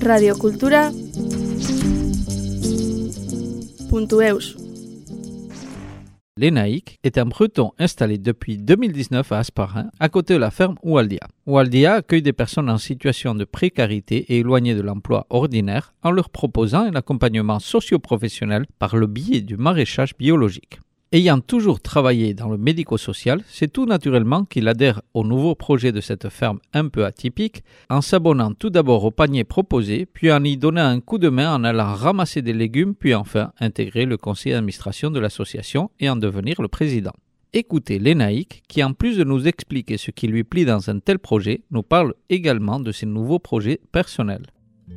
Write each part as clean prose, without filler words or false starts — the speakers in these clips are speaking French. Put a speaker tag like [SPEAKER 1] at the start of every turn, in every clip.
[SPEAKER 1] radiocultura.eus.
[SPEAKER 2] Lénaïque est un breton installé depuis 2019 à Hasparren, à côté de la ferme Oualdia. Oualdia accueille des personnes en situation de précarité et éloignées de l'emploi ordinaire en leur proposant un accompagnement socio-professionnel par le biais du maraîchage biologique. Ayant toujours travaillé dans le médico-social, c'est tout naturellement qu'il adhère au nouveau projet de cette ferme un peu atypique, en s'abonnant tout d'abord au panier proposé, puis en y donnant un coup de main en allant ramasser des légumes, puis enfin intégrer le conseil d'administration de l'association et en devenir le président. Écoutez Lénaïque, qui en plus de nous expliquer ce qui lui plie dans un tel projet, nous parle également de ses nouveaux projets personnels.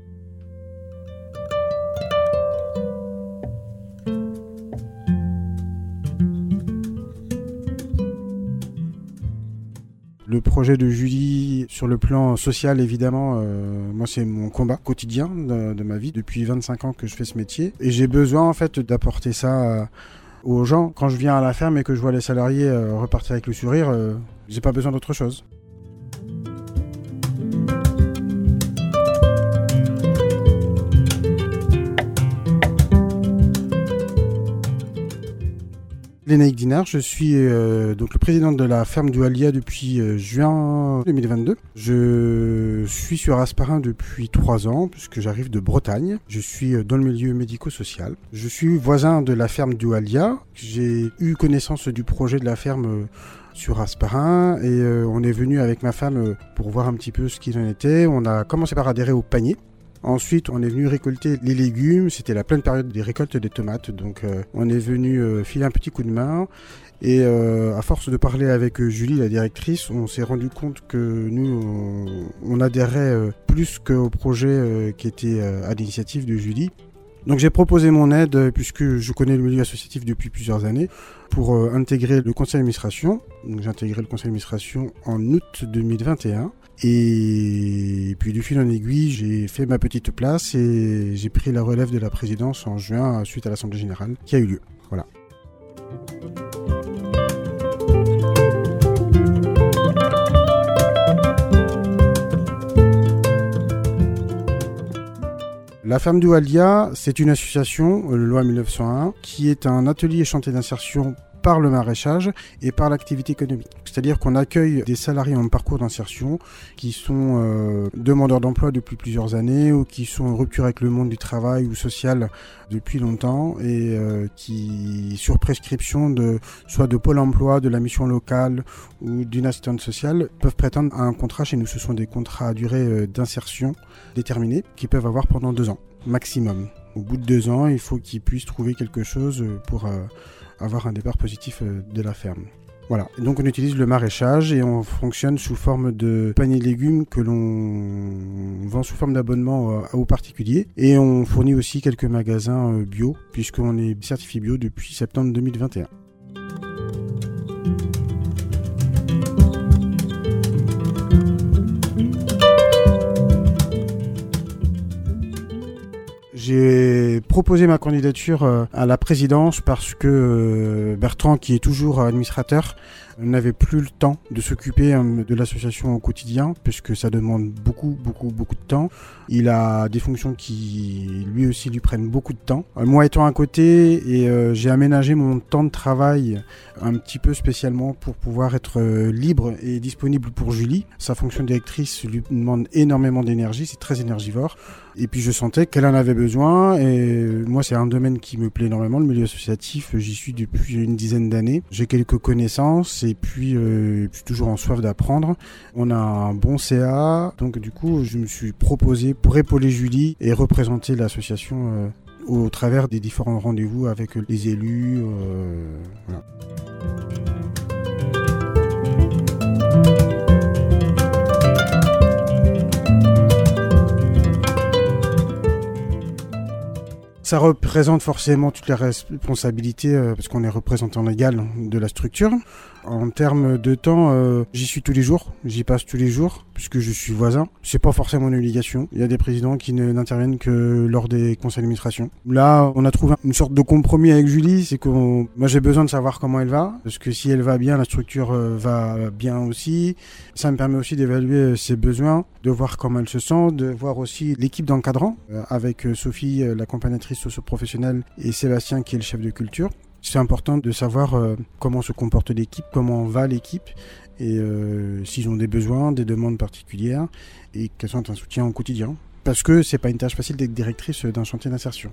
[SPEAKER 3] Le projet de Julie, sur le plan social, évidemment, moi c'est mon combat quotidien de ma vie. Depuis 25 ans que je fais ce métier. Et j'ai besoin en fait d'apporter ça aux gens. Quand je viens à la ferme et que je vois les salariés repartir avec le sourire, j'ai pas besoin d'autre chose. Lénaïque Dinard, je suis donc le président de la ferme du Oualdia depuis juin 2022. Je suis sur Hasparren depuis 3 ans puisque j'arrive de Bretagne. Je suis dans le milieu médico-social. Je suis voisin de la ferme du Oualdia. J'ai eu connaissance du projet de la ferme sur Hasparren et on est venu avec ma femme pour voir un petit peu ce qu'il en était. On a commencé par adhérer au panier. Ensuite, on est venu récolter les légumes. C'était la pleine période des récoltes des tomates. Donc, on est venu filer un petit coup de main. Et à force de parler avec Julie, la directrice, on s'est rendu compte que nous, on adhérait plus qu'au projet qui était à l'initiative de Julie. Donc j'ai proposé mon aide, puisque je connais le milieu associatif depuis plusieurs années, pour intégrer le conseil d'administration. Donc j'ai intégré le conseil d'administration en août 2021. Et puis du fil en aiguille, j'ai fait ma petite place et j'ai pris la relève de la présidence en juin suite à l'Assemblée Générale qui a eu lieu. Voilà. La ferme du Oualdia, c'est une association, loi 1901, qui est un atelier chantier d'insertion par le maraîchage et par l'activité économique. C'est-à-dire qu'on accueille des salariés en parcours d'insertion qui sont demandeurs d'emploi depuis plusieurs années ou qui sont en rupture avec le monde du travail ou social depuis longtemps et qui, sur prescription soit de Pôle emploi, de la mission locale ou d'une assistante sociale, peuvent prétendre à un contrat chez nous. Ce sont des contrats à durée d'insertion déterminés qu'ils peuvent avoir pendant 2 ans, maximum. Au bout de 2 ans, il faut qu'ils puissent trouver quelque chose pour avoir un départ positif de la ferme. Voilà, et donc on utilise le maraîchage et on fonctionne sous forme de panier de légumes que l'on vend sous forme d'abonnement aux particuliers. Et on fournit aussi quelques magasins bio, puisqu'on est certifié bio depuis septembre 2021. J'ai proposé ma candidature à la présidence parce que Bertrand, qui est toujours administrateur, n'avait plus le temps de s'occuper de l'association au quotidien, puisque ça demande beaucoup de temps. Il a des fonctions qui, lui aussi, lui prennent beaucoup de temps. Moi étant à côté, et j'ai aménagé mon temps de travail un petit peu spécialement pour pouvoir être libre et disponible pour Julie. Sa fonction de directrice lui demande énormément d'énergie, c'est très énergivore. Et puis je sentais qu'elle en avait besoin, et moi c'est un domaine qui me plaît énormément, le milieu associatif. J'y suis depuis une dizaine d'années. J'ai quelques connaissances et puis je suis toujours en soif d'apprendre. On a un bon CA, donc du coup je me suis proposé pour épauler Julie et représenter l'association au travers des différents rendez-vous avec les élus. Voilà. Ça représente forcément toutes les responsabilités parce qu'on est représentant légal de la structure. En termes de temps, j'y suis tous les jours, j'y passe tous les jours puisque je suis voisin. C'est pas forcément une obligation. Il y a des présidents qui n'interviennent que lors des conseils d'administration. Là, on a trouvé une sorte de compromis avec Julie, c'est que moi j'ai besoin de savoir comment elle va parce que si elle va bien, la structure va bien aussi. Ça me permet aussi d'évaluer ses besoins, de voir comment elle se sent, de voir aussi l'équipe d'encadrant avec Sophie, l'accompagnatrice socio-professionnelle, et Sébastien qui est le chef de culture. C'est important de savoir comment se comporte l'équipe, comment va l'équipe et s'ils ont des besoins, des demandes particulières et qu'elles sont un soutien au quotidien. Parce que c'est pas une tâche facile d'être directrice d'un chantier d'insertion.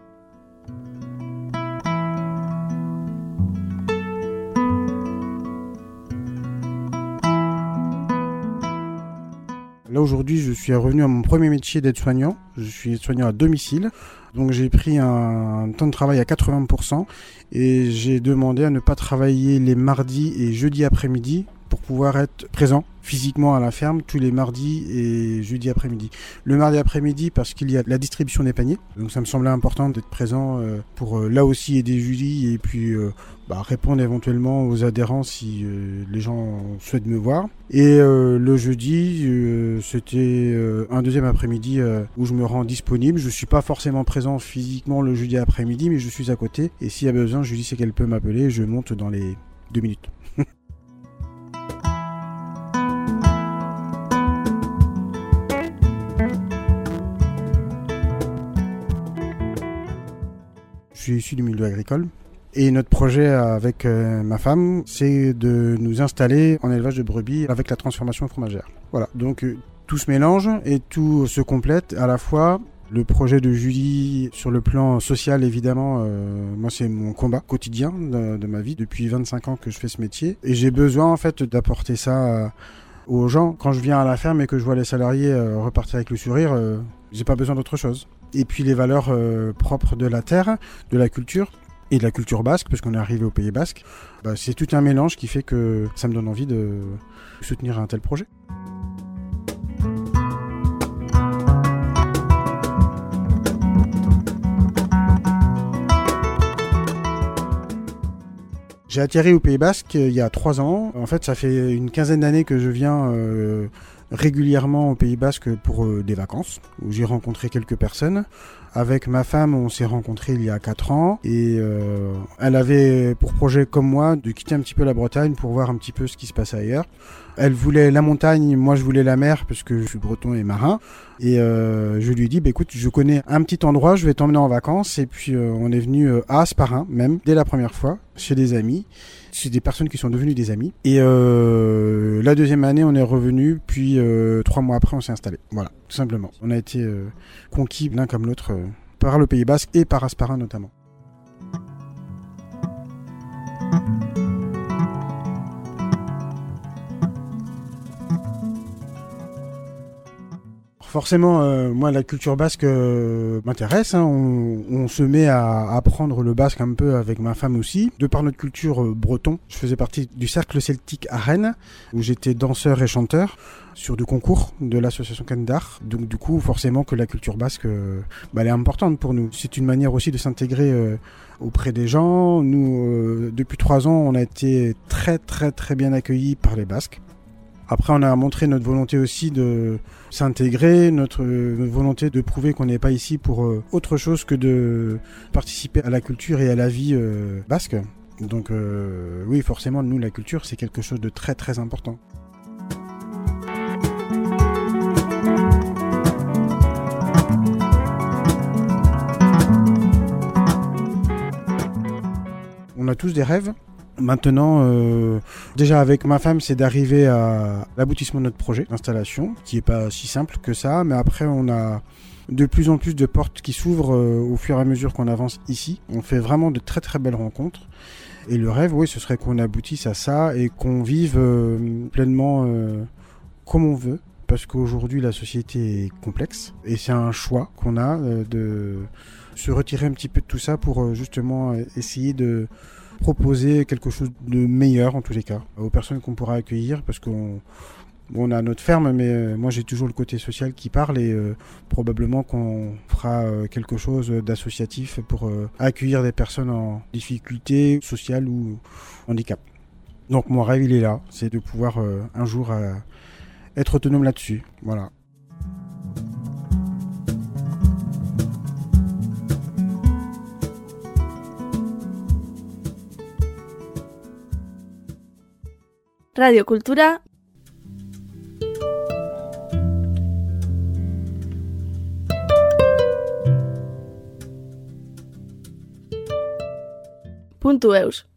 [SPEAKER 3] Là aujourd'hui, je suis revenu à mon premier métier d'aide-soignant. Je suis aide-soignant à domicile. Donc j'ai pris un temps de travail à 80% et j'ai demandé à ne pas travailler les mardis et jeudis après-midi pour pouvoir être présent physiquement à la ferme tous les mardis et jeudis après-midi. Le mardi après-midi parce qu'il y a la distribution des paniers, donc ça me semblait important d'être présent pour là aussi aider Julie et puis répondre éventuellement aux adhérents si les gens souhaitent me voir. Et le jeudi, c'était un deuxième après-midi où je me rends disponible. Je ne suis pas forcément présent physiquement le jeudi après-midi, mais je suis à côté. Et s'il y a besoin, Julie sait qu'elle peut m'appeler, je monte dans les 2 minutes. Je suis issu du milieu agricole et notre projet avec ma femme, c'est de nous installer en élevage de brebis avec la transformation fromagère. Voilà, donc tout se mélange et tout se complète à la fois. Le projet de Julie sur le plan social, évidemment, moi c'est mon combat quotidien de ma vie depuis 25 ans que je fais ce métier et j'ai besoin en fait d'apporter ça aux gens. Quand je viens à la ferme et que je vois les salariés repartir avec le sourire, j'ai pas besoin d'autre chose. Et puis les valeurs propres de la terre, de la culture et de la culture basque, parce qu'on est arrivé au Pays Basque, c'est tout un mélange qui fait que ça me donne envie de soutenir un tel projet. J'ai atterri au Pays Basque il y a 3 ans. En fait, ça fait une quinzaine d'années que je viens régulièrement au Pays Basque pour des vacances, où j'ai rencontré quelques personnes. Avec ma femme, on s'est rencontrés il y a 4 ans et elle avait pour projet comme moi de quitter un petit peu la Bretagne pour voir un petit peu ce qui se passe ailleurs. Elle voulait la montagne, moi je voulais la mer parce que je suis breton et marin. Et je lui ai dit, écoute, je connais un petit endroit, je vais t'emmener en vacances. Et puis on est venu à Hasparren, même, dès la première fois, chez des amis. C'est des personnes qui sont devenues des amis. Et la deuxième année, on est revenu, puis 3 mois après, on s'est installé. Voilà, tout simplement. On a été conquis l'un comme l'autre par le Pays Basque et par Hasparren notamment. Forcément, moi, la culture basque m'intéresse. Hein. On se met à apprendre le basque un peu avec ma femme aussi. De par notre culture breton, je faisais partie du cercle celtique à Rennes, où j'étais danseur et chanteur sur du concours de l'association Kendar. Donc du coup, forcément que la culture basque, elle est importante pour nous. C'est une manière aussi de s'intégrer auprès des gens. Nous, depuis 3 ans, on a été très très très bien accueillis par les Basques. Après, on a montré notre volonté aussi de s'intégrer, notre volonté de prouver qu'on n'est pas ici pour autre chose que de participer à la culture et à la vie basque. Donc oui, forcément, nous, la culture, c'est quelque chose de très très important. On a tous des rêves. Maintenant, déjà avec ma femme, c'est d'arriver à l'aboutissement de notre projet d'installation, qui n'est pas si simple que ça, mais après on a de plus en plus de portes qui s'ouvrent au fur et à mesure qu'on avance ici. On fait vraiment de très très belles rencontres. Et le rêve, oui, ce serait qu'on aboutisse à ça et qu'on vive pleinement comme on veut, parce qu'aujourd'hui la société est complexe et c'est un choix qu'on a de se retirer un petit peu de tout ça pour justement essayer de proposer quelque chose de meilleur en tous les cas aux personnes qu'on pourra accueillir, parce qu'on Bon, on a notre ferme, mais moi j'ai toujours le côté social qui parle et probablement qu'on fera quelque chose d'associatif pour accueillir des personnes en difficulté sociale ou handicap. Donc mon rêve il est là, c'est de pouvoir un jour être autonome là-dessus. Voilà.
[SPEAKER 1] Radio Cultura. .eus